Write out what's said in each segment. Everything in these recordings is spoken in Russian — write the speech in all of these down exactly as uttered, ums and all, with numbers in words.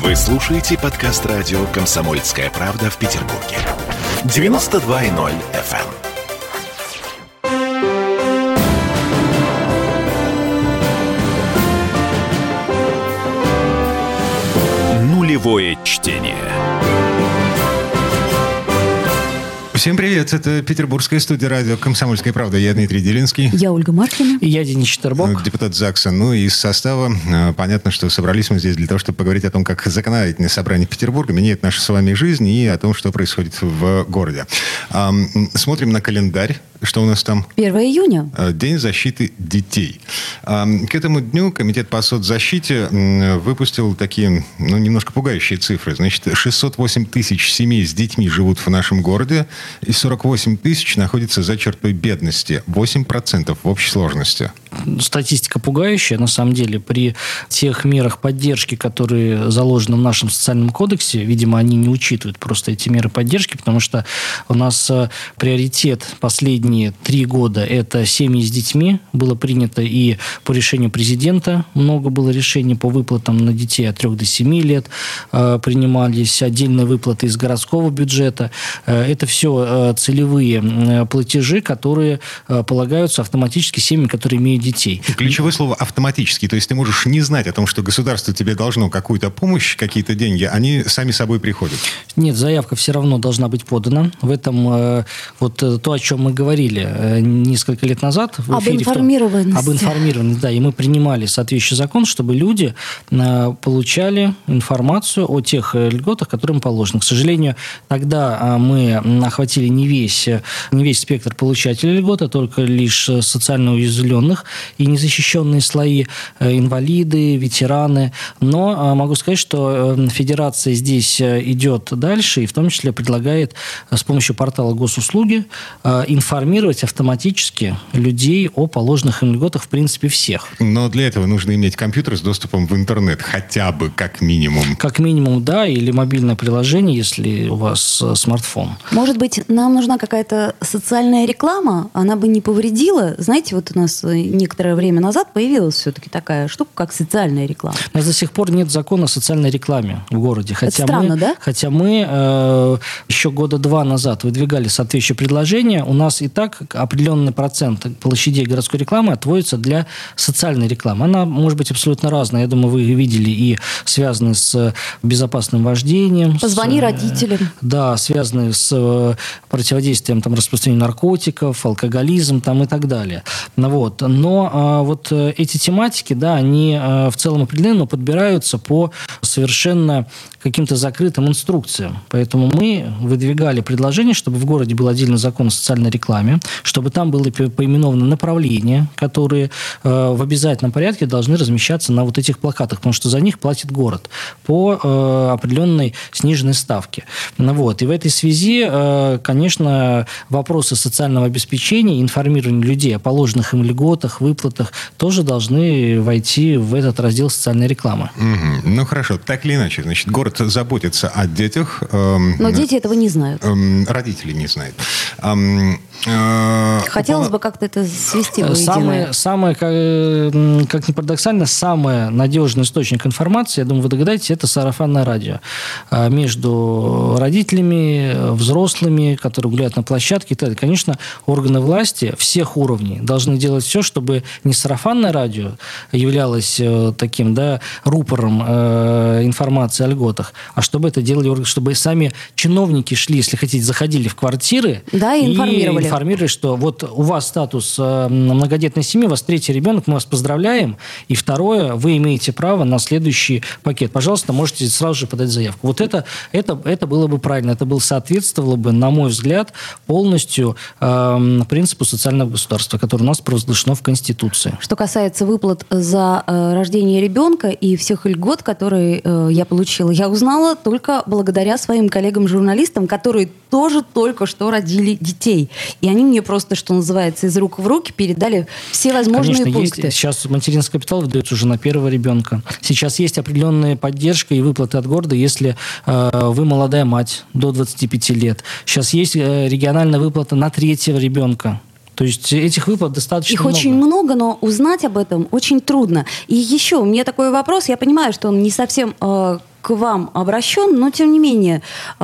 Вы слушаете подкаст радио «Комсомольская правда» в Петербурге. девяносто два и ноль эф эм. Нулевое чтение. Всем привет, это петербургская студия радио «Комсомольская правда». Я Дмитрий Делинский. Я Ольга Маркина. И я Денис Четербок. Депутат ЗАГСа. Ну и из состава понятно, что собрались мы здесь для того, чтобы поговорить о том, как законодательное собрание Петербурга меняет нашу с вами жизнь и о том, что происходит в городе. Смотрим на календарь. Что у нас там? первое июня. День защиты детей. К этому дню Комитет по соцзащите выпустил такие, ну, немножко пугающие цифры. Значит, шестьсот восемь тысяч семей с детьми живут в нашем городе, и сорок восемь тысяч находятся за чертой бедности. восемь процентов в общей сложности. Статистика пугающая, на самом деле. При тех мерах поддержки, которые заложены в нашем социальном кодексе, видимо, они не учитывают просто эти меры поддержки, потому что у нас приоритет последние три года – это семьи с детьми. Было принято и по решению президента много было решений по выплатам на детей от трёх до семи лет. Принимались отдельные выплаты из городского бюджета. Это все целевые платежи, которые полагаются автоматически семьям, которые имеют детей. Ключевое слово «автоматически». То есть ты можешь не знать о том, что государство тебе должно какую-то помощь, какие-то деньги, они сами собой приходят. Нет, заявка все равно должна быть подана. В этом вот то, о чем мы говорили несколько лет назад. В об эфире, информированности. В том, об информированности, да. И мы принимали соответствующий закон, чтобы люди получали информацию о тех льготах, которые им положены. К сожалению, тогда мы охватили не весь, не весь спектр получателей льгот, а только лишь социально уязвленных и незащищенные слои, инвалиды, ветераны. Но могу сказать, что Федерация здесь идет дальше и в том числе предлагает с помощью портала госуслуги информировать автоматически людей о положенных им льготах в принципе всех. Но для этого нужно иметь компьютер с доступом в интернет, хотя бы как минимум. Как минимум, да, или мобильное приложение, если у вас смартфон. Может быть, нам нужна какая-то социальная реклама? Она бы не повредила? Знаете, вот у нас некоторое время назад появилась все-таки такая штука, как социальная реклама. У нас до сих пор нет закона о социальной рекламе в городе. Хотя Это странно, мы, да? Хотя мы э, еще года два назад выдвигали соответствующее предложение. У нас и так определенный процент площадей городской рекламы отводится для социальной рекламы. Она может быть абсолютно разная. Я думаю, вы видели и связанные с безопасным вождением. Позвони с, родителям. Да, связанные с противодействием там, распространению наркотиков, алкоголизм там, и так далее. Вот. Но а, вот эти тематики, да, они а, в целом определены, но подбираются по совершенно каким-то закрытым инструкциям. Поэтому мы выдвигали предложение, чтобы в городе был отдельный закон о социальной рекламе, чтобы там было поименовано направления, которые э, в обязательном порядке должны размещаться на вот этих плакатах, потому что за них платит город по э, определенной сниженной ставке. Вот. И в этой связи, э, конечно, вопросы социального обеспечения, информирования людей о положенных им льготах, выплатах тоже должны войти в этот раздел социальной рекламы. Угу. Ну, хорошо. Так или иначе, значит, город заботится о детях. Эм, Но дети этого не знают. Эм, родители не знают. Эм, э, Хотелось бы как-то это свести воедино. Самое, самое, как, как ни парадоксально, самый надежный источник информации, я думаю, вы догадаетесь, это сарафанное радио. Между родителями, взрослыми, которые гуляют на площадке и так далее. Конечно, органы власти всех уровней должны делать все, чтобы не сарафанное радио являлось таким, да, рупором э, информации о льготах, а чтобы это делали органы, чтобы сами чиновники шли, если хотите, заходили в квартиры, да, и информировали. И информировали, что вот у вас статус э, многодетной семьи, у вас третий ребенок, мы вас поздравляем, и второе, вы имеете право на следующий пакет. Пожалуйста, можете сразу же подать заявку. Вот это, это, это было бы правильно, это было, соответствовало бы, на мой взгляд, полностью э, принципу социального государства, которое у нас провозглашено в Конституции. Что касается выплат за э, рождение ребенка и всех льгот, которые э, я получила, я узнала только благодаря своим коллегам-журналистам, которые тоже только что родили детей. И они мне просто, что называется, из рук в руки передали все возможные Конечно, пункты. Есть, сейчас материнский капитал выдается уже на первого ребенка. Сейчас есть определенная поддержка и выплаты от города, если э, вы молодая мать до двадцати пяти лет. Сейчас есть э, региональная выплата на третьего ребенка. То есть этих выплат достаточно Их много. очень много, но узнать об этом очень трудно. И еще у меня такой вопрос. Я понимаю, что он не совсем... Э, к вам обращен, но тем не менее,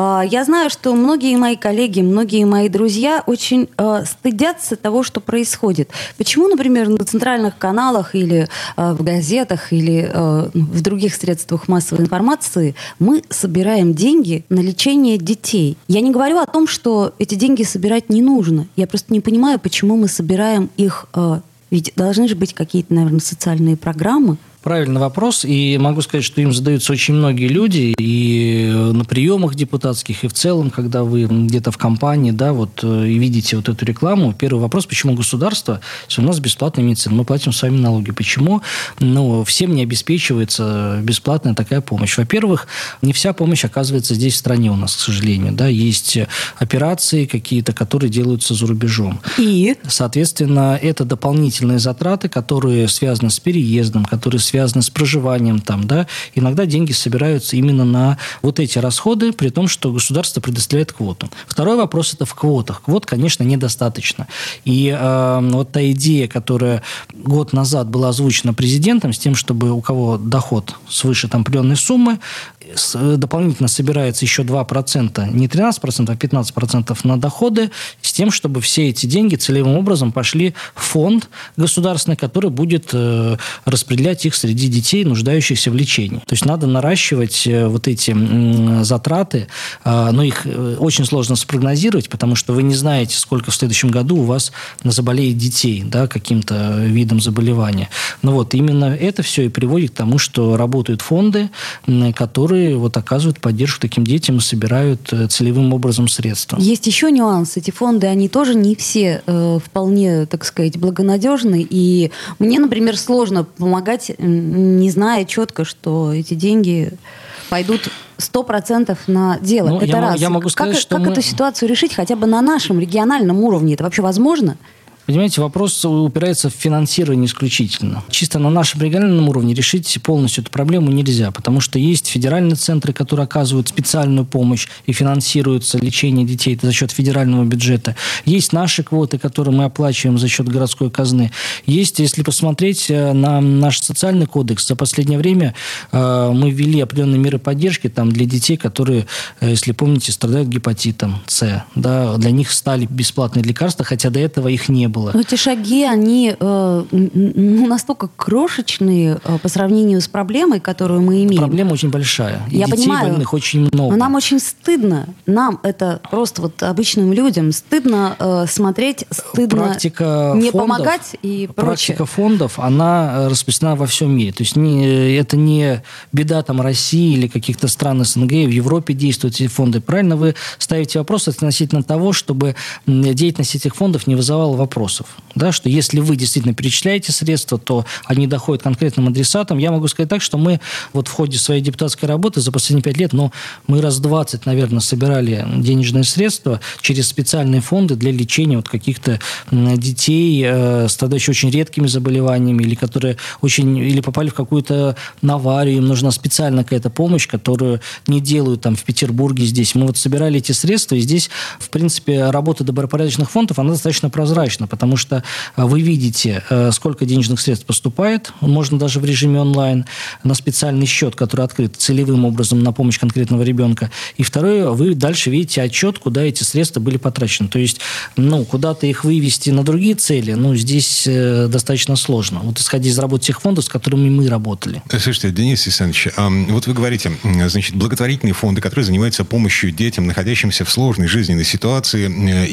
я знаю, что многие мои коллеги, многие мои друзья очень стыдятся того, что происходит. Почему, например, на центральных каналах или в газетах или в других средствах массовой информации мы собираем деньги на лечение детей? Я не говорю о том, что эти деньги собирать не нужно. Я просто не понимаю, почему мы собираем их. Ведь должны же быть какие-то, наверное, социальные программы. Правильный вопрос, и могу сказать, что им задаются очень многие люди, и на приемах депутатских, и в целом, когда вы где-то в компании, да, вот, и видите вот эту рекламу, первый вопрос, почему государство, если у нас бесплатная медицина, мы платим с вами налоги, почему, ну, всем не обеспечивается бесплатная такая помощь? Во-первых, не вся помощь оказывается здесь в стране у нас, к сожалению, да, есть операции какие-то, которые делаются за рубежом. И? Соответственно, это дополнительные затраты, которые связаны с переездом, которые связаны с проживанием там, да, иногда деньги собираются именно на вот эти расходы, при том, что государство предоставляет квоту. Второй вопрос – это в квотах. Квот, конечно, недостаточно. И э, вот та идея, которая год назад была озвучена президентом, с тем, чтобы у кого доход свыше там определенной суммы, дополнительно собирается еще два процента, не тринадцать процентов, а пятнадцать процентов на доходы, с тем, чтобы все эти деньги целевым образом пошли в фонд государственный, который будет э, распределять их среди детей, нуждающихся в лечении. То есть надо наращивать э, вот эти э, затраты, э, но их э, очень сложно спрогнозировать, потому что вы не знаете, сколько в следующем году у вас заболеет детей, да, каким-то видом заболевания. Но вот именно это все и приводит к тому, что работают фонды, э, которые вот оказывают поддержку таким детям и собирают целевым образом средства. Есть еще нюанс. Эти фонды, они тоже не все э, вполне, так сказать, благонадежны. И мне, например, сложно помогать, не зная четко, что эти деньги пойдут сто процентов на дело. Ну, это я, раз. Я могу сказать, как что как мы... эту ситуацию решить хотя бы на нашем региональном уровне? Это вообще возможно? Понимаете, вопрос упирается в финансирование исключительно. Чисто на нашем региональном уровне решить полностью эту проблему нельзя, потому что есть федеральные центры, которые оказывают специальную помощь и финансируется лечение детей за счет федерального бюджета. Есть наши квоты, которые мы оплачиваем за счет городской казны. Есть, если посмотреть на наш социальный кодекс, за последнее время э, мы ввели определенные меры поддержки там, для детей, которые, э, если помните, страдают гепатитом С. Да, для них стали бесплатные лекарства, хотя до этого их не было. Но эти шаги, они э, ну, настолько крошечные э, по сравнению с проблемой, которую мы имеем. Проблема очень большая. И Я детей понимаю, больных очень много. Но нам очень стыдно. Нам, это просто вот обычным людям, стыдно э, смотреть, стыдно практика не фондов, помогать и прочее. Практика фондов, она распространена во всем мире. То есть не, это не беда там, России или каких-то стран СНГ. В Европе действуют эти фонды. Правильно вы ставите вопрос относительно того, чтобы деятельность этих фондов не вызывала вопросов. Да, что если вы действительно перечисляете средства, то они доходят к конкретным адресатам. Я могу сказать так, что мы вот в ходе своей депутатской работы за последние пять лет, ну, мы раз двадцать, наверное, собирали денежные средства через специальные фонды для лечения вот каких-то детей, э, страдающих очень редкими заболеваниями, или которые очень, или попали в какую-то аварию, им нужна специальная какая-то помощь, которую не делают там в Петербурге здесь. Мы вот собирали эти средства, и здесь, в принципе, работа добропорядочных фондов, она достаточно прозрачна, потому что вы видите, сколько денежных средств поступает, можно даже в режиме онлайн, на специальный счет, который открыт целевым образом на помощь конкретного ребенка. И второе, вы дальше видите отчет, куда эти средства были потрачены. То есть, ну, куда-то их вывести на другие цели, ну, здесь э, достаточно сложно. Вот исходя из работы тех фондов, с которыми мы работали. Слушайте, Денис Александрович, вот вы говорите, значит, благотворительные фонды, которые занимаются помощью детям, находящимся в сложной жизненной ситуации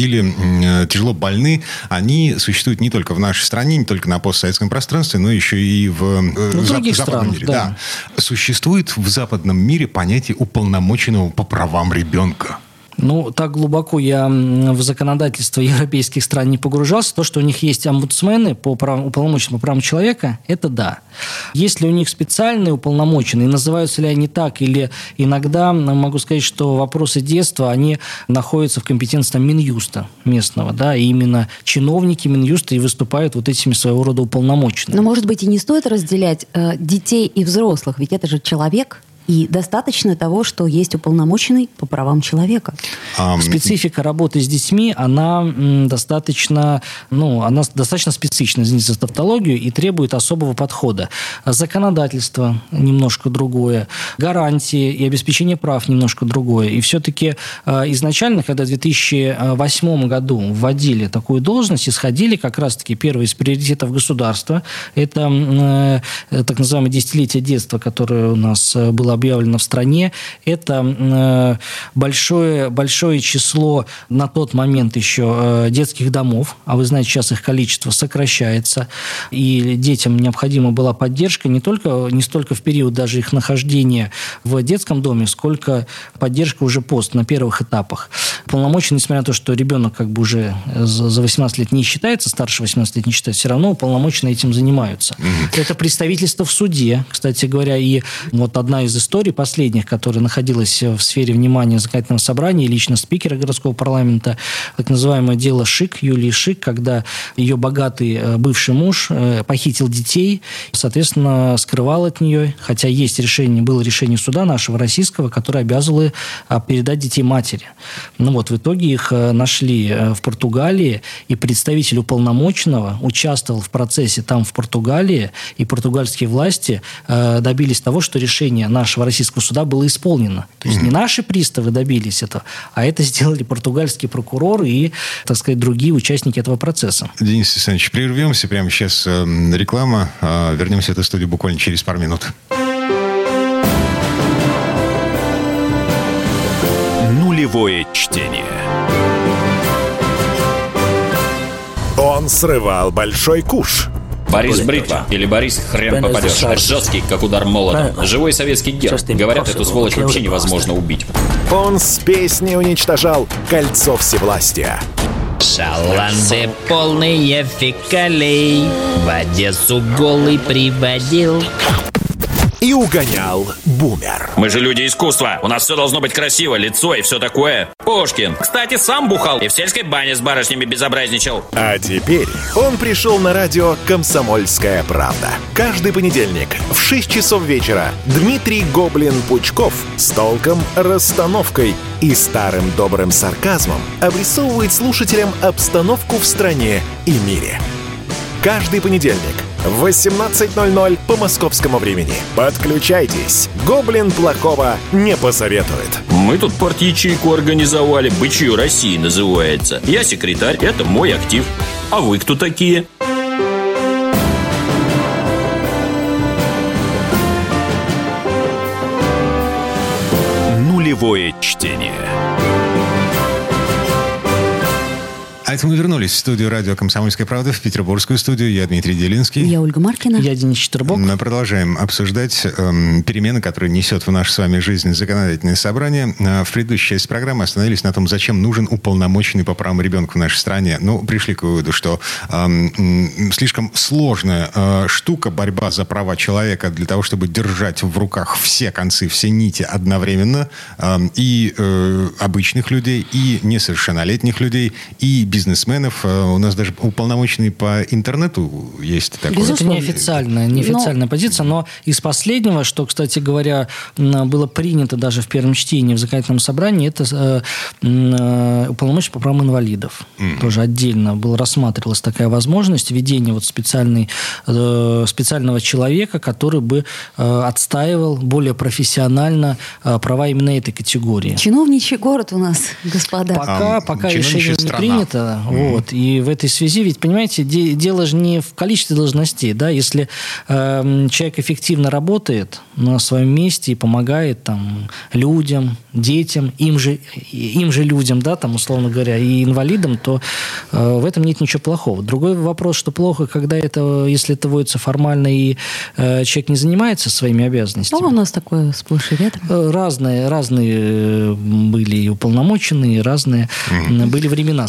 или тяжело больны, они существуют не только в нашей стране, не только на постсоветском пространстве, но еще и в, в западном странах, мире. Да. Да. Существует в западном мире понятие уполномоченного по правам ребенка. Ну, так глубоко я в законодательство европейских стран не погружался. То, что у них есть омбудсмены по правам, уполномоченным по правам человека, это да. Есть ли у них специальные уполномоченные, называются ли они так, или иногда могу сказать, что вопросы детства, они находятся в компетенции там, Минюста местного, да, и именно чиновники Минюста и выступают вот этими своего рода уполномоченными. Но, может быть, и не стоит разделять э, детей и взрослых, ведь это же человек. И достаточно того, что есть уполномоченный по правам человека. А, Специфика работы с детьми, она м, достаточно, ну, она достаточно специфична, извините за тавтологию, и требует особого подхода. Законодательство немножко другое, гарантии и обеспечение прав немножко другое. И все-таки э, изначально, когда в две тысячи восьмом году вводили такую должность, исходили как раз-таки первые из приоритетов государства. Это э, так называемое десятилетие детства, которое у нас было объявлено в стране. Это э, большое, большое число на тот момент еще э, детских домов. А вы знаете, сейчас их количество сокращается. И детям необходима была поддержка не только, не столько в период даже их нахождения в детском доме, сколько поддержка уже пост на первых этапах. Уполномоченный, несмотря на то, что ребенок как бы уже за восемнадцать лет не считается, старше восемнадцати лет не считается, все равно уполномоченные этим занимаются. Mm-hmm. Это представительство в суде, кстати говоря, и вот одна из историй последних, которая находилась в сфере внимания законодательного собрания, лично спикера городского парламента, так называемое дело Шик, Юлии Шик, когда ее богатый бывший муж похитил детей, соответственно, скрывал от нее, хотя есть решение, было решение суда нашего российского, которое обязывало передать детей матери. Ну вот, в итоге их нашли в Португалии, и представитель уполномоченного участвовал в процессе там, в Португалии, и португальские власти добились того, что решение нашего российского суда было исполнено. То есть mm-hmm. не наши приставы добились этого, а это сделали португальский прокурор и, так сказать, другие участники этого процесса. Денис Александрович, прервемся. Прямо сейчас реклама. Вернемся в эту студию буквально через пару минут. Нулевое чтение. Он срывал большой куш. Борис Бритва или Борис хрен попадешь. Жесткий, как удар молотом. Живой советский герб. Говорят, эту сволочь вообще невозможно убить. Он с песней уничтожал кольцо всевластия. Шаланды полные фекалей в Одессу голый приводил. И угонял бумер. Мы же люди искусства. У нас все должно быть красиво, лицо и все такое. Пушкин, кстати, сам бухал и в сельской бане с барышнями безобразничал. А теперь он пришел на радио «Комсомольская правда». Каждый понедельник в шесть часов вечера Дмитрий Гоблин-Пучков с толком, расстановкой и старым добрым сарказмом обрисовывает слушателям обстановку в стране и мире. Каждый понедельник в восемнадцать ноль ноль по московскому времени. Подключайтесь. Гоблин плохого не посоветует. Мы тут парт-ячейку организовали. «Бычью России» называется. Я секретарь, это мой актив. А вы кто такие? Нулевое чтение. А это мы вернулись в студию радио «Комсомольская правда», в петербургскую студию. Я Дмитрий Делинский. Я Ольга Маркина. Я Денис Четербок. Мы продолжаем обсуждать эм, перемены, которые несет в нашу с вами жизнь законодательное собрание. Э, в предыдущей части программы остановились на том, зачем нужен уполномоченный по правам ребенка в нашей стране. Ну, пришли к выводу, что эм, слишком сложная э, штука борьба за права человека для того, чтобы держать в руках все концы, все нити одновременно. Э, и э, обычных людей, и несовершеннолетних людей, и бизнесменов. У нас даже уполномоченный по интернету есть такой. Безусловно. Это неофициальная, неофициальная но... позиция, но из последнего, что, кстати говоря, было принято даже в первом чтении в законодательном собрании, это уполномоченный по правам инвалидов. Mm-hmm. Тоже отдельно был, рассматривалась такая возможность введения вот специальной, специального человека, который бы отстаивал более профессионально права именно этой категории. Чиновничий город у нас, господа. Пока, а, пока решение не принято. Mm-hmm. Вот. И в этой связи, ведь, понимаете, де- дело же не в количестве должностей. Да? Если э, человек эффективно работает на своем месте и помогает там, людям, детям, им же, им же людям, да, там, условно говоря, и инвалидам, то э, в этом нет ничего плохого. Другой вопрос, что плохо, когда это, если это вводится формально, и э, человек не занимается своими обязанностями. Ну, у нас такое сплошь и рядом. Разные, разные были и уполномоченные, разные mm-hmm. были времена, скажем так.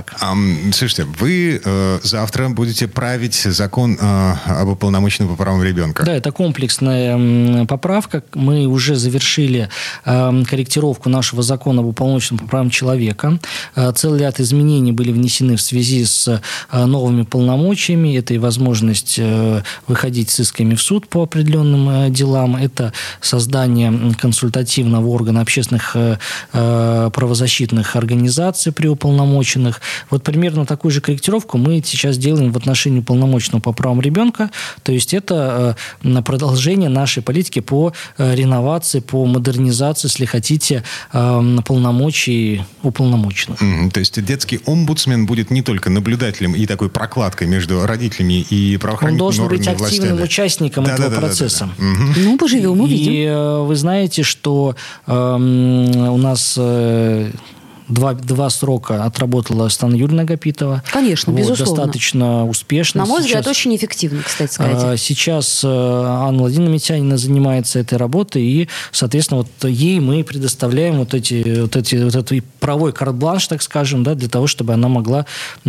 так. Um, слушайте, вы э, завтра будете править закон э, об уполномоченном по правам ребенка. Да, это комплексная м, поправка. Мы уже завершили э, корректировку нашего закона об уполномоченном по правам человека. Э, целый ряд изменений были внесены в связи с э, новыми полномочиями. Это и возможность э, выходить с исками в суд по определенным э, делам. Это создание консультативного органа общественных э, э, правозащитных организаций при уполномоченных. Вот примерно такую же корректировку мы сейчас делаем в отношении уполномоченного по правам ребенка. То есть это э, продолжение нашей политики по э, реновации, по модернизации, если хотите, э, полномочий уполномоченных. Mm-hmm. То есть детский омбудсмен будет не только наблюдателем и такой прокладкой между родителями и правоохранительными Он должен быть органами, активным властями. участником Да, этого да, да, процесса. Да, да, да. Угу. Ну, поживем, увидим. И э, вы знаете, что э, у нас... Э, Два, два срока отработала Светлана Юрьевна Агапитова. Конечно, вот, безусловно. Достаточно успешно. На мой сейчас, взгляд, очень эффективно, кстати сказать. Сейчас Анна Владимировна Митянина занимается этой работой, и, соответственно, вот ей мы предоставляем вот, эти, вот, эти, вот этот правовой карт-бланш, так скажем, да, для того, чтобы она могла,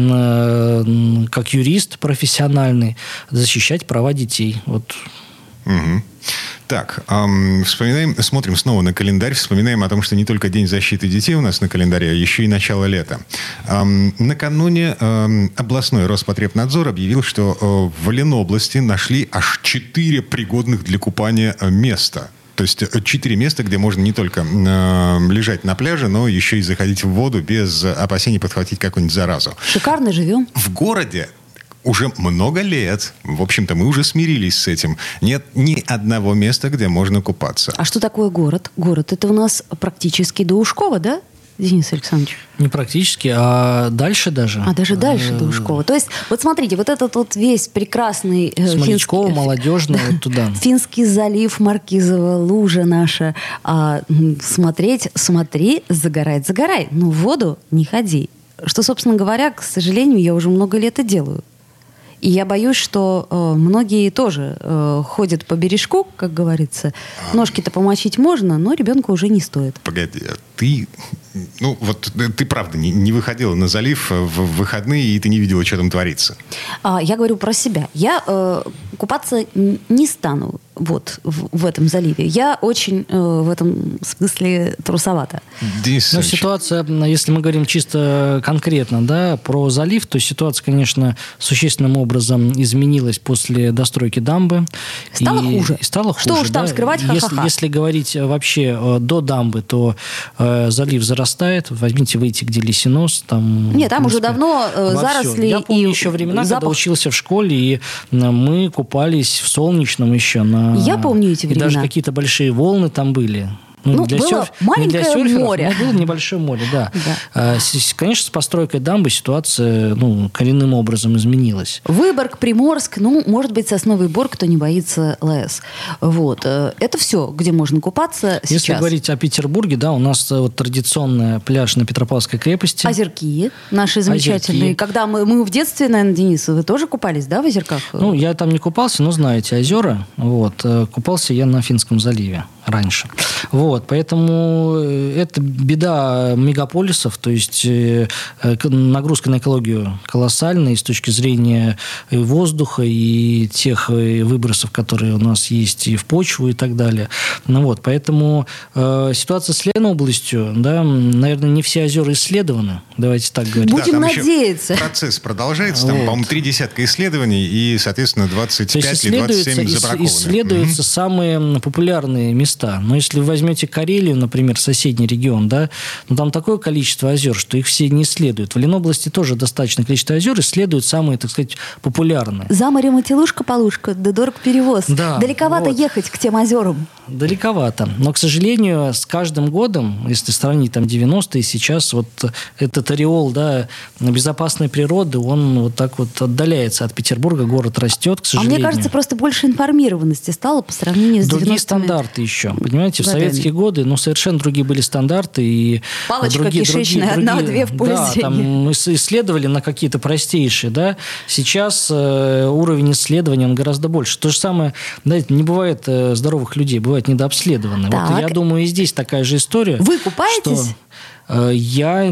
как юрист профессиональный, защищать права детей. Вот. Угу. Так, эм, вспоминаем, смотрим снова на календарь, вспоминаем о том, что не только День защиты детей у нас на календаре, а еще и начало лета. Эм, накануне эм, областной Роспотребнадзор объявил, что э, в Ленобласти нашли аж четыре пригодных для купания места. То есть четыре места, где можно не только э, лежать на пляже, но еще и заходить в воду без опасений подхватить какую-нибудь заразу. Шикарно живем. В городе уже много лет, в общем-то, мы уже смирились с этим. Нет ни одного места, где можно купаться. А что такое город? Город — это у нас практически до Ушкова, да, Денис Александрович? Не практически, а дальше даже. А даже дальше до Ушкова. То есть, вот смотрите, вот этот вот весь прекрасный... Смолячково, финский, молодежный, вот туда. Финский залив, Маркизова лужа наша. А, смотреть, смотри, загорать, загорай. Но в воду не ходи. Что, собственно говоря, к сожалению, я уже много лет и делаю. И я боюсь, что э, многие тоже э, ходят по бережку, как говорится. Ножки-то помочить можно, но ребенку уже не стоит. Погоди, а ты... Ну, вот ты правда не, не выходила на залив в выходные, и ты не видела, что там творится. А, я говорю про себя. Я э, купаться не стану вот в, в этом заливе. Я очень э, в этом смысле трусовата. Денис Но Александрович, ситуация, если мы говорим чисто конкретно, да, про залив, то ситуация, конечно, существенным образом изменилась после достройки дамбы. Стало и, хуже. И стало Что хуже, уж там да. скрывать, если, ха-ха-ха. если говорить вообще э, до дамбы, то э, залив зарастает. Возьмите, выйти, где лесенос. Там, Нет, там в уже принципе, давно э, заросли. Я помню и еще времена, запах. когда учился в школе, и мы купались в Солнечном еще. На... Я помню эти времена. И даже какие-то большие волны там были. Ну, Ну, для было серф... маленькое не для серферов, море. но было небольшое море, да. Да. А, с- конечно, с постройкой дамбы ситуация ну, коренным образом изменилась. Выборг, Приморск, ну, может быть, Сосновый Бор, кто не боится ЛАЭС. Вот. э, Это все, где можно купаться сейчас. Если говорить о Петербурге, да, у нас э, вот традиционный пляж на Петропавловской крепости. Озерки наши замечательные. Озерки. Когда мы, мы в детстве, наверное, Денис, вы тоже купались, да, в озерках? Ну, я там не купался, но знаете, озера. Вот. Э, Купался я на Финском заливе раньше. Вот. Поэтому это беда мегаполисов, то есть э, к- нагрузка на экологию колоссальная и с точки зрения и воздуха, и тех э, выбросов, которые у нас есть и в почву, и так далее. Ну, вот. Поэтому э, ситуация с Ленобластью, да, наверное, не все озера исследованы, давайте так говорить. Будем там еще надеяться. процесс продолжается. Там, Вот. по-моему, три десятка исследований и, соответственно, двадцать То есть пять или двадцать семь исследуются, ис- забракованных. исследуются самые популярные места. Но если вы возьмете Карелию, например, соседний регион, да, ну, там такое количество озер, что их все не исследуют. В Ленобласти тоже достаточное количество озер, исследуют самые, так сказать, популярные. За морем и телушка-полушка, да дорог перевоз. Да, Далековато вот. ехать к тем озерам. Далековато. Но, к сожалению, с каждым годом, если сравнить там девяностые, сейчас вот этот ореол, да, безопасной природы, он вот так вот отдаляется от Петербурга, город растет, к А сожалению. мне кажется, просто больше информированности стало по сравнению с Другие девяностыми. стандарты еще. Понимаете, в годами. советские годы, ну, совершенно другие были стандарты. И Палочка другие, кишечная, другие, одна-две в поле Да, зрения. там мы с- исследовали на какие-то простейшие, да. Сейчас э, уровень исследования, он гораздо больше. То же самое, знаете, не бывает э, здоровых людей, бывает недообследованные. Вот Так. я думаю, и здесь такая же история. Вы купаетесь? что- Я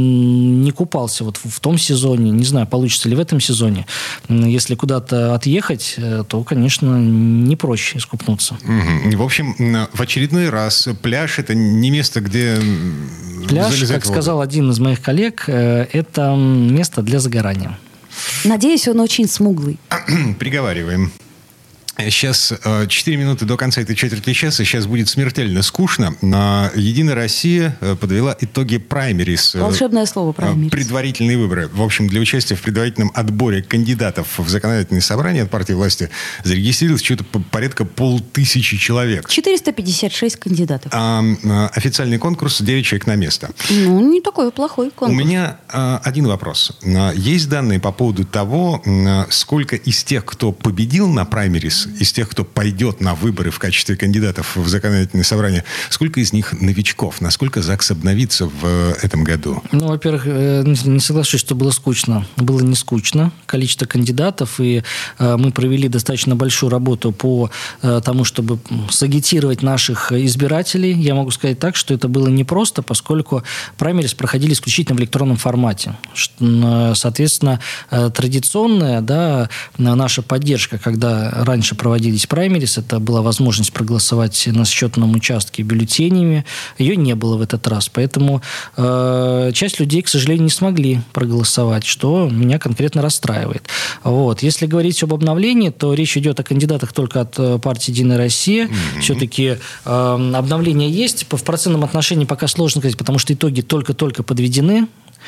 не купался вот в том сезоне, не знаю, получится ли в этом сезоне. Если куда-то отъехать, то, конечно, не проще искупнуться. Угу. В общем, в очередной раз пляж – это не место, где пляж, как сказал один из моих коллег, это место для загорания. Надеюсь, он очень смуглый. Приговариваем. Сейчас четыре минуты до конца этой четверти часа. Сейчас будет смертельно скучно. Единая Россия подвела итоги праймерис. Волшебное слово праймерис. Предварительные выборы. В общем, для участия в предварительном отборе кандидатов в законодательное собрание от партии власти зарегистрировалось что-то порядка полтысячи человек. четыреста пятьдесят шесть кандидатов. А, официальный конкурс девять человек на место. Ну, не такой плохой конкурс. У меня а, один вопрос. Есть данные по поводу того, сколько из тех, кто победил на праймерис, из тех, кто пойдет на выборы в качестве кандидатов в законодательное собрание, сколько из них новичков? Насколько ЗАГС обновится в этом году? Ну, во-первых, не соглашусь, что было скучно. Было не скучно. Количество кандидатов, и мы провели достаточно большую работу по тому, чтобы сагитировать наших избирателей. Я могу сказать так, что это было непросто, поскольку праймерис проходили исключительно в электронном формате. Соответственно, традиционная, да, наша поддержка, когда раньше проводились праймерис, это была возможность проголосовать на счетном участке бюллетенями. Ее не было в этот раз. Поэтому э, часть людей, к сожалению, не смогли проголосовать, что меня конкретно расстраивает. Вот. Если говорить об обновлении, то речь идет о кандидатах только от партии «Единая Россия». Mm-hmm. Все-таки э, обновление есть. В процентном отношении пока сложно сказать, потому что итоги только-только подведены.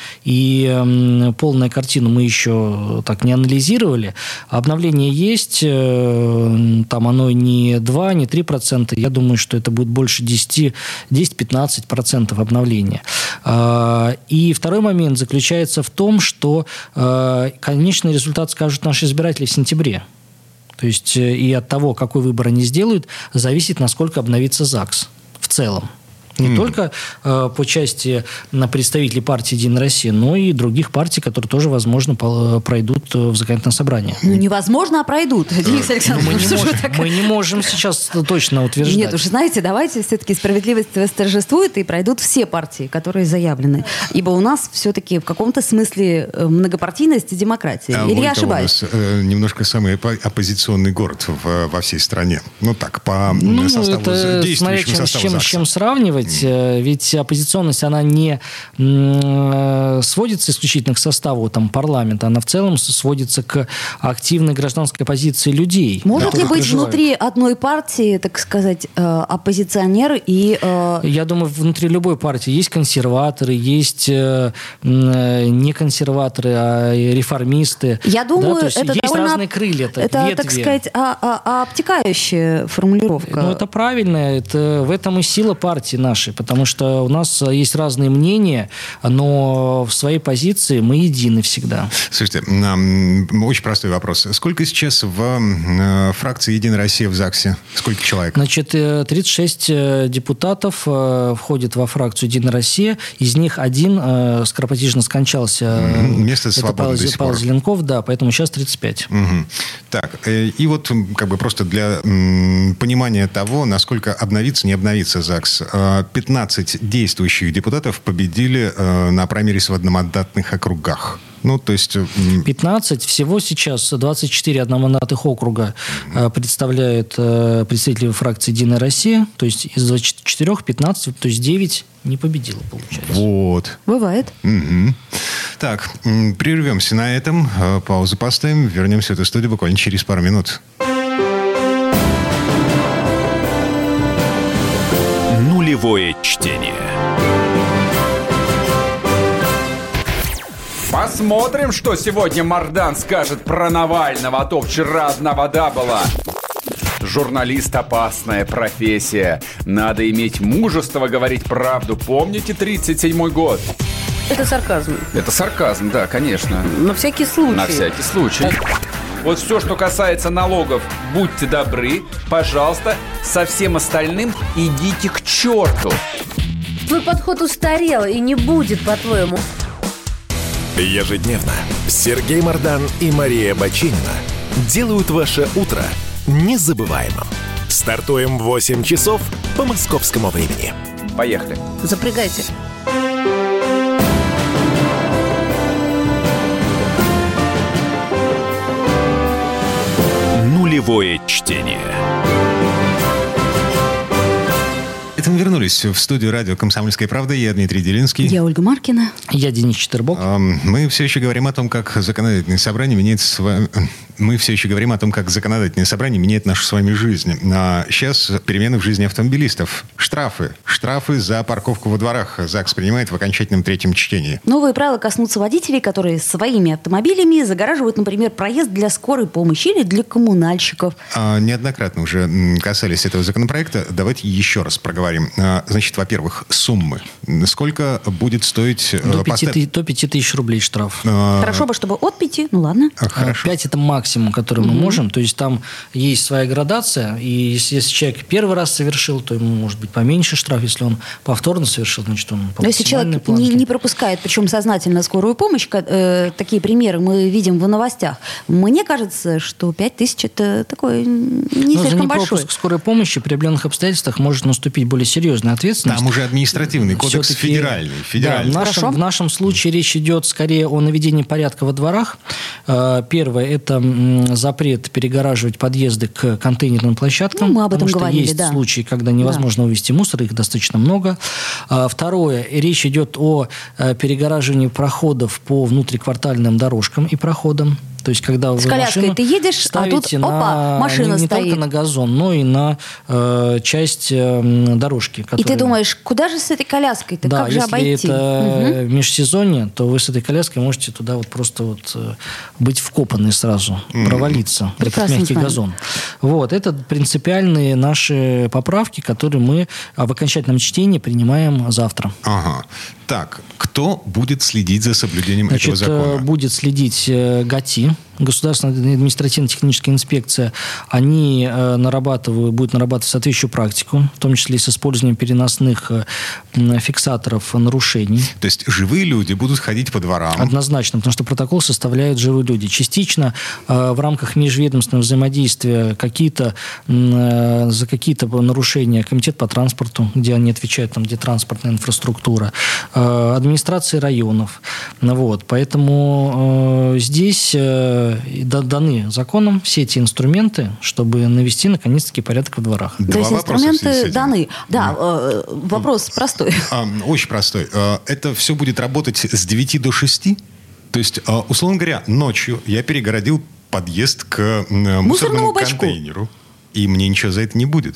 И э, полную картину мы еще так не анализировали. Обновление есть, э, там оно не два, не три процента. Я думаю, что это будет больше десять-пятнадцать процентов обновления. Э, и второй момент заключается в том, что э, конечный результат скажут наши избиратели в сентябре. То есть э, и от того, какой выбор они сделают, зависит, насколько обновится ЗАГС в целом. Не mm. только э, по части на представителей партии «Единая Россия», но и других партий, которые тоже, возможно, по, пройдут в законодательное собрание. Ну, невозможно, а пройдут. Денис Александрович, мы, не можем, так... мы не можем сейчас точно утверждать. Нет, уж знаете, давайте все-таки справедливость восторжествует, и пройдут все партии, которые заявлены. Ибо у нас все-таки в каком-то смысле многопартийность и демократия. А Или я ошибаюсь? У нас э, немножко самый оппозиционный город в, во всей стране. Ну так, по ну, составу, это, действующему смотря, составу чем, ЗАГСа. Чем сравнивать. Ведь оппозиционность, она не сводится исключительно к составу там, парламента, она в целом сводится к активной гражданской позиции людей. Может ли быть проживают. Внутри одной партии, так сказать, оппозиционер и... Я думаю, внутри любой партии есть консерваторы, есть не консерваторы, а реформисты. Я думаю, да? То есть, это есть довольно... разные крылья. Так, это, ветви. так сказать, а, а, а обтекающая формулировка. Ну, это правильно. Это, в этом и сила партии нашей, потому что у нас есть разные мнения, но в своей позиции мы едины всегда. Слушайте, очень простой вопрос. Сколько сейчас в фракции «Единая Россия» в ЗАГСе? Сколько человек? Значит, тридцать шесть депутатов входят во фракцию «Единая Россия». Из них один скоропостижно скончался. Место свободно до сих пор. Павел Зеленков, да, поэтому сейчас тридцать пять. Угу. Так, и вот как бы просто для понимания того, насколько обновится, не обновится ЗАГС. пятнадцать действующих депутатов победили э, на праймерис в одномандатных округах. Ну, то есть... пятнадцать. Всего сейчас двадцать четыре одномандатных округа э, представляют э, представители фракции «Единая Россия». То есть из двадцати четырёх пятнадцать, то есть девять не победило, получается. Вот. Бывает. Угу. Так, прервемся на этом. Паузу поставим. Вернемся в эту студию буквально через пару минут. Нулевое чтение. Посмотрим, что сегодня Мардан скажет про Навального, а то вчера одна вода была. Журналист – опасная профессия. Надо иметь мужество говорить правду. Помните тридцать седьмой год? Это сарказм. Это сарказм, да, конечно. На всякий случай. На всякий случай. Вот все, что касается налогов, будьте добры, пожалуйста, со всем остальным идите к черту. Твой подход устарел и не будет, по-твоему. Ежедневно Сергей Мардан и Мария Бачинина делают ваше утро незабываемым. Стартуем в восемь часов по московскому времени. Поехали. Запрягайте. Нулевое чтение. Это мы вернулись в студию радио «Комсомольская правда». Я Дмитрий Делинский. Я Ольга Маркина. Я Денис Четербок. Мы все еще говорим о том, как законодательное собрание меняет сва... Мы все еще говорим о том, как законодательное собрание меняет нашу с вами жизнь. А сейчас перемены в жизни автомобилистов. Штрафы. Штрафы за парковку во дворах. ЗАГС принимает в окончательном третьем чтении. Новые правила коснутся водителей, которые своими автомобилями загораживают, например, проезд для скорой помощи или для коммунальщиков. А, неоднократно уже касались этого законопроекта. Давайте еще раз проговорим. А, значит, во-первых, суммы. Сколько будет стоить... До пяти, до пяти тысяч рублей штраф. А... Хорошо бы, чтобы от пяти, ну ладно. А, хорошо. Пять это максимум. максимум, который мы mm-hmm. можем. То есть там есть своя градация. И если, если человек первый раз совершил, то ему может быть поменьше штраф. Если он повторно совершил, значит, он по Но если человек не, не пропускает, причем сознательно, скорую помощь, э, такие примеры мы видим в новостях, мне кажется, что пять тысяч это такой не Но слишком за большой. непропуск скорой помощи при определенных обстоятельствах может наступить более серьезная ответственность. Там уже административный кодекс Все-таки, федеральный. федеральный. Да, в, нашем, в нашем случае речь идет скорее о наведении порядка во дворах. Первое – это запрет перегораживать подъезды к контейнерным площадкам. Ну, мы об этом потому что говорили, есть да. случаи, когда невозможно да. увезти мусор, их достаточно много. Второе – речь идет о перегораживании проходов по внутриквартальным дорожкам и проходам. То есть, когда вы с коляской ты едешь, а тут, на, опа, машина не, не стоит. Не только на газон, но и на э, часть э, дорожки. Которая... И ты думаешь, куда же с этой коляской-то? Да, как же если обойти? это угу. межсезонье, то вы с этой коляской можете туда вот просто вот быть вкопаны сразу, mm-hmm. провалиться. Прекрасно этот мягкий знаю. газон. Вот, это принципиальные наши поправки, которые мы в окончательном чтении принимаем завтра. Ага. Так, кто будет следить за соблюдением Значит, этого закона? Будет следить ГАТИ, Государственная административно-техническая инспекция. Они нарабатывают, будут нарабатывать соответствующую практику, в том числе и с использованием переносных фиксаторов нарушений. То есть живые люди будут ходить по дворам? Однозначно, потому что протокол составляют живые люди. Частично в рамках межведомственного взаимодействия какие-то, за какие-то нарушения комитет по транспорту, где они отвечают, там, где транспортная инфраструктура, администрации районов. Вот. Поэтому э, здесь э, даны законом все эти инструменты, чтобы навести, наконец-таки, порядок во дворах. То есть инструменты даны. Да, э, вопрос простой. Очень простой. Это все будет работать с девяти до шести? То есть, условно говоря, ночью я перегородил подъезд к мусорному контейнеру. И мне ничего за это не будет?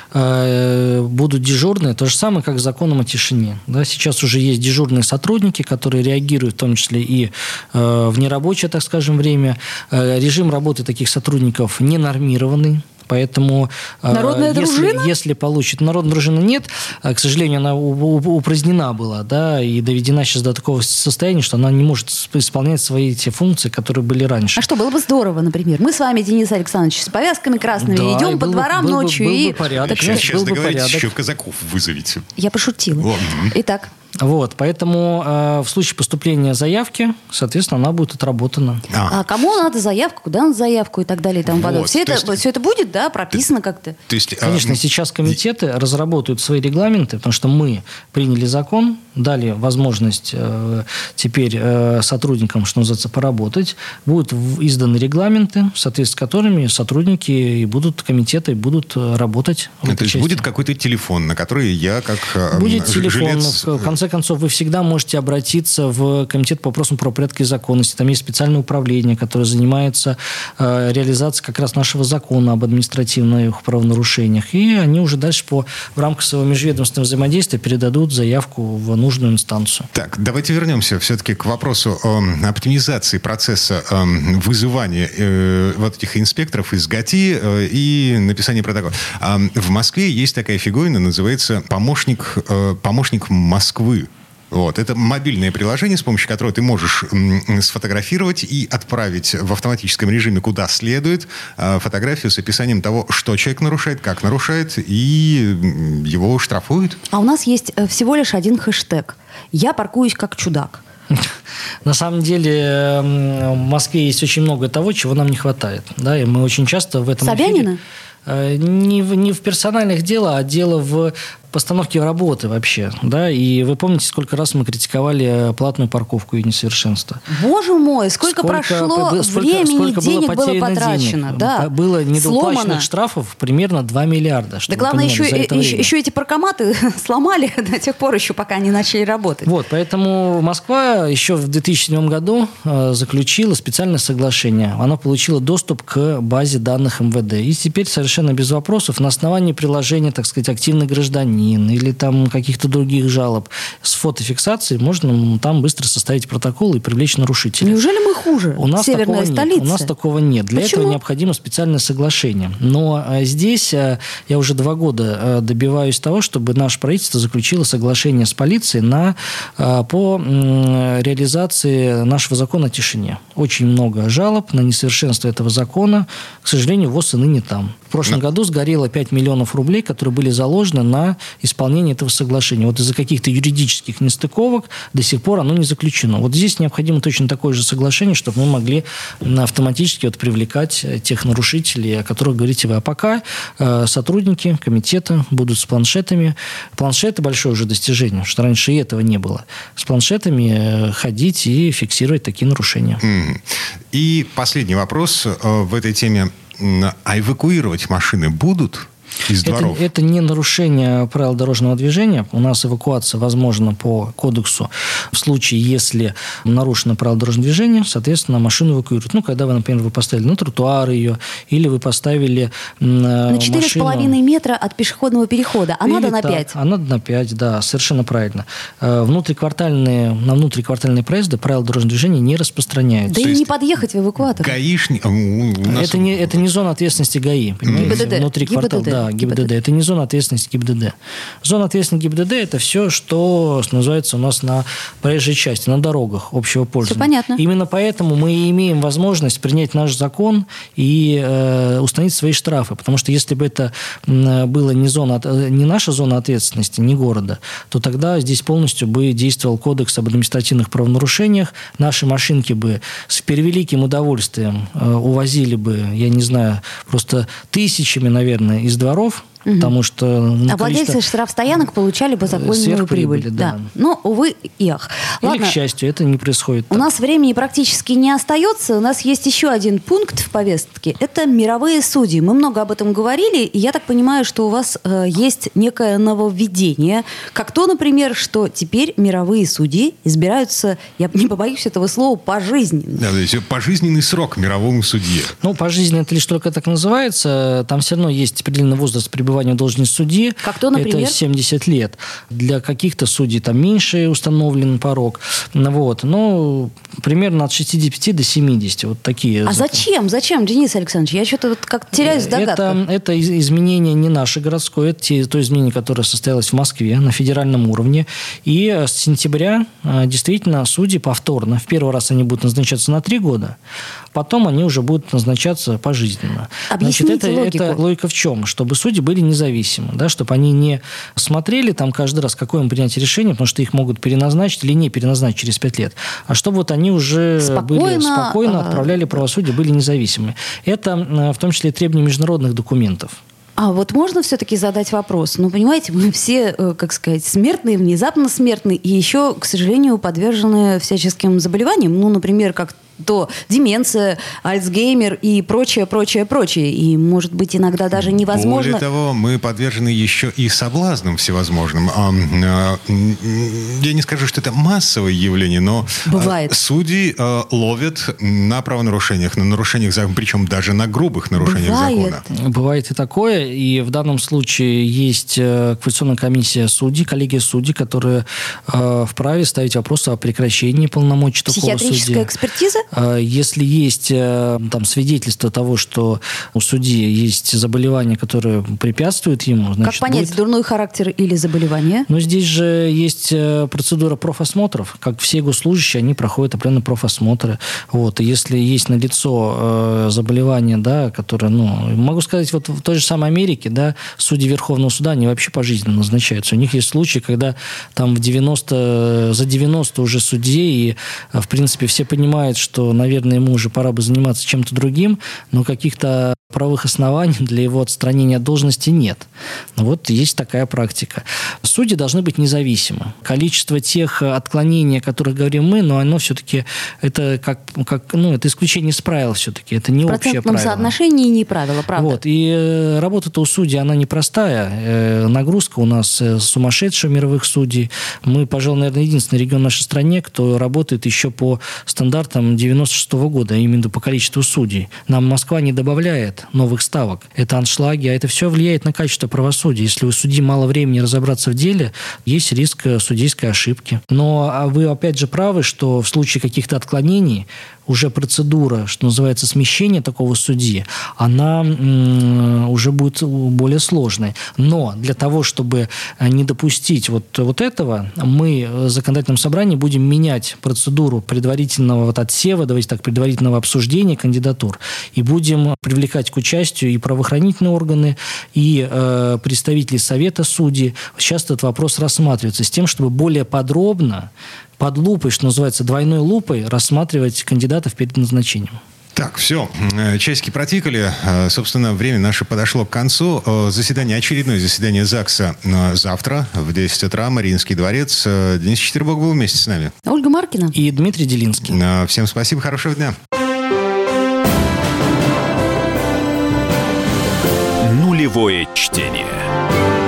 Будут дежурные. То же самое, как с законом о тишине. Да, сейчас уже есть дежурные сотрудники, которые реагируют в том числе и э, в нерабочее, так скажем, время. Э, режим работы таких сотрудников не нормированный. Поэтому, Народная если, дружина? если получит... Народной дружины нет. К сожалению, она упразднена была, да, и доведена сейчас до такого состояния, что она не может исполнять свои те функции, которые были раньше. А что, было бы здорово, например. Мы с вами, Денис Александрович, с повязками красными да, идем по был, дворам был, ночью. Был, был и... бы порядок. Так, сейчас сейчас был договоритесь, бы еще казаков вызовите. Я пошутила. Итак. Вот, поэтому э, в случае поступления заявки, соответственно, она будет отработана. А, а кому надо заявку, куда надо заявку и так далее и тому подобное. Вот, все, это, есть, все это будет, да, прописано как-то? То есть, Конечно, а, сейчас комитеты и... разработают свои регламенты, потому что мы приняли закон, дали возможность э, теперь э, сотрудникам, что называется, поработать. Будут изданы регламенты, в соответствии с которыми сотрудники и будут, комитеты будут работать. То есть части. Будет какой-то телефон, на который я как э, Будет телефон, жилец... в конце концов, вы всегда можете обратиться в комитет по вопросам правопорядка и законности. Там есть специальное управление, которое занимается э, реализацией как раз нашего закона об административных правонарушениях. И они уже дальше по, в рамках своего межведомственного взаимодействия передадут заявку в нужную инстанцию. Так, давайте вернемся все-таки к вопросу э, оптимизации процесса э, вызывания э, вот этих инспекторов из ГАТИ э, и написания протокола. Э, в Москве есть такая фигуина, называется помощник, э, помощник Москвы. Вот. Это мобильное приложение, с помощью которого ты можешь м, сфотографировать и отправить в автоматическом режиме куда следует э, фотографию с описанием того, что человек нарушает, как нарушает, и м, его штрафуют. А у нас есть всего лишь один хэштег. «Я паркуюсь как чудак». На самом деле в Москве есть очень много того, чего нам не хватает. Да? И мы очень часто в этом Собянина? эфире... Не в, не в персональных делах, а дело в постановки работы вообще, да, и вы помните, сколько раз мы критиковали платную парковку и несовершенство. Боже мой, сколько, сколько прошло сколько, времени, сколько денег было, было потрачено. Денег. Да. Было недоуплаченных Сломано. Штрафов примерно два миллиарда. Да главное, еще, еще, еще эти паркоматы сломали до тех пор еще, пока они начали работать. Вот, поэтому Москва еще в две тысячи седьмом году э, заключила специальное соглашение. Она получила доступ к базе данных эм вэ дэ. И теперь совершенно без вопросов на основании приложения, так сказать, «Активный гражданин» или там каких-то других жалоб с фотофиксацией можно там быстро составить протокол и привлечь нарушителя. Неужели мы хуже? У нас Северная такого столица? нет. У нас такого нет. Для Почему? этого необходимо специальное соглашение. Но э, здесь э, я уже два года э, добиваюсь того, чтобы наше правительство заключило соглашение с полицией на, э, по э, реализации нашего закона о тишине. Очень много жалоб на несовершенство этого закона. К сожалению, ВОС и ныне там. В прошлом году сгорело пять миллионов рублей, которые были заложены на исполнение этого соглашения. Вот из-за каких-то юридических нестыковок до сих пор оно не заключено. Вот здесь необходимо точно такое же соглашение, чтобы мы могли автоматически вот привлекать тех нарушителей, о которых говорите вы. А пока э, сотрудники комитета будут с планшетами. Планшеты – большое уже достижение, потому что раньше и этого не было. С планшетами э, ходить и фиксировать такие нарушения. Mm. И последний вопрос э, в этой теме. А эвакуировать машины будут из дворов? Это, это не нарушение правил дорожного движения. У нас эвакуация возможна по кодексу в случае, если нарушено правила дорожного движения, соответственно, машину эвакуируют. Ну, когда вы, например, вы поставили на тротуар ее, или вы поставили на четыре с половиной метра от пешеходного перехода, а или надо на пять. А надо на пять, да, совершенно правильно. Внутриквартальные, на внутриквартальные проезды правила дорожного движения не распространяются. Да и не подъехать в эвакуатор. Гаишник... Это не, это не зона ответственности ГАИ, понимаете? ГИБДД. Внутри квартала. Да, ГИБДД. Это не зона ответственности ГИБДД. Зона ответственности ГИБДД – это все, что называется у нас на проезжей части, на дорогах общего пользования. Все понятно. Именно поэтому мы и имеем возможность принять наш закон и э, установить свои штрафы. Потому что если бы это была не, зона, не наша зона ответственности, не города, то тогда здесь полностью бы действовал кодекс об административных правонарушениях. Наши машинки бы с превеликим удовольствием э, увозили бы, я не знаю, просто тысячами, наверное, из дворов, угу. потому что... Ну, а владельцы штрафстоянок получали бы законную прибыль. Да. Да. Но, увы и ах. Или, Ладно. к счастью, это не происходит. У так. нас времени практически не остается. У нас есть еще один пункт в повестке. Это мировые судьи. Мы много об этом говорили, и я так понимаю, что у вас э, есть некое нововведение. Как то, например, что теперь мировые судьи избираются, я не побоюсь этого слова, пожизненно. Да, то есть пожизненный срок мировому судье. Ну, пожизненно это лишь только так называется. Там все равно есть определенный возраст пребывания в должности судьи. Как то, например? Это семьдесят лет. Для каких-то судей там меньше установлен порог. Вот. Ну, примерно от шестидесяти пяти до семидесяти. Вот такие. А зачем? Зачем, Денис Александрович? Я что-то вот как теряюсь в догадках. Это, это изменение не наше городское, это то изменение, которое состоялось в Москве на федеральном уровне. И с сентября действительно судьи повторно. В первый раз они будут назначаться на три года, потом они уже будут назначаться пожизненно. Объясните Значит, это, логику. это логика в чем? Чтобы судьи были независимы, да, чтобы они не смотрели там каждый раз, какое им принять решение, потому что их могут переназначить или не переназначить через пять лет, а чтобы вот они уже спокойно, были спокойно отправляли правосудие, были независимы. Это в том числе и требования международных документов. А вот можно все-таки задать вопрос? Ну, понимаете, мы все, как сказать, смертные, внезапно смертные, и еще, к сожалению, подвержены всяческим заболеваниям. Ну, например, как то деменция, Альцгеймер и прочее, прочее, прочее. И, может быть, иногда даже невозможно... Более того, мы подвержены еще и соблазнам всевозможным. Я не скажу, что это массовое явление, но Бывает. Судьи ловят на правонарушениях, на нарушениях закона, причем даже на грубых нарушениях Бывает. закона. Бывает и такое. И в данном случае есть квалификационная комиссия судей, коллегия судей, которые вправе ставить вопрос о прекращении полномочий такого судьи. Психиатрическая экспертиза? Если есть там свидетельство того, что у судьи есть заболевания, которые препятствуют ему, значит, как понять, будет... дурной характер или заболевание? Но здесь же есть процедура профосмотров. Как все госслужащие, они проходят определенные профосмотры. Вот. И если есть налицо э, заболевание, да, которое, ну, могу сказать, вот в той же самой Америке, да, судьи Верховного суда, они вообще пожизненно назначаются. У них есть случаи, когда там в девяносто, за девяносто уже судей, и, в принципе, все понимают, что, наверное, ему уже пора бы заниматься чем-то другим, но каких-то правовых оснований для его отстранения от должности нет. Вот есть такая практика. Судьи должны быть независимы. Количество тех отклонений, о которых говорим мы, но оно все-таки это как, как ну, это исключение из правил все-таки. Это не общее правило. В процентном соотношении не правило, правда. Вот. И работа-то у судей, она непростая. Нагрузка у нас сумасшедшая мировых судей. Мы, пожалуй, наверное, единственный регион в нашей стране, кто работает еще по стандартам девяносто шестого года, именно по количеству судей. Нам Москва не добавляет новых ставок. Это аншлаги, а это все влияет на качество правосудия. Если у судьи мало времени разобраться в деле, есть риск судейской ошибки. Но вы, опять же, правы, что в случае каких-то отклонений уже процедура, что называется, смещения такого судьи, она м- уже будет более сложной. Но для того, чтобы не допустить вот, вот этого, мы в законодательном собрании будем менять процедуру предварительного вот отсева, давайте так, предварительного обсуждения кандидатур, и будем привлекать к участию и правоохранительные органы, и э, представители Совета судей. Сейчас этот вопрос рассматривается с тем, чтобы более подробно под лупой, что называется, двойной лупой, рассматривать кандидатов перед назначением. Так, все. Часики протикали. Собственно, время наше подошло к концу. Заседание, очередное заседание ЗАГСа завтра в десять утра. Мариинский дворец. Денис Четербок был вместе с нами. Ольга Маркина. И Дмитрий Делинский. Всем спасибо. Хорошего дня. Нулевое чтение.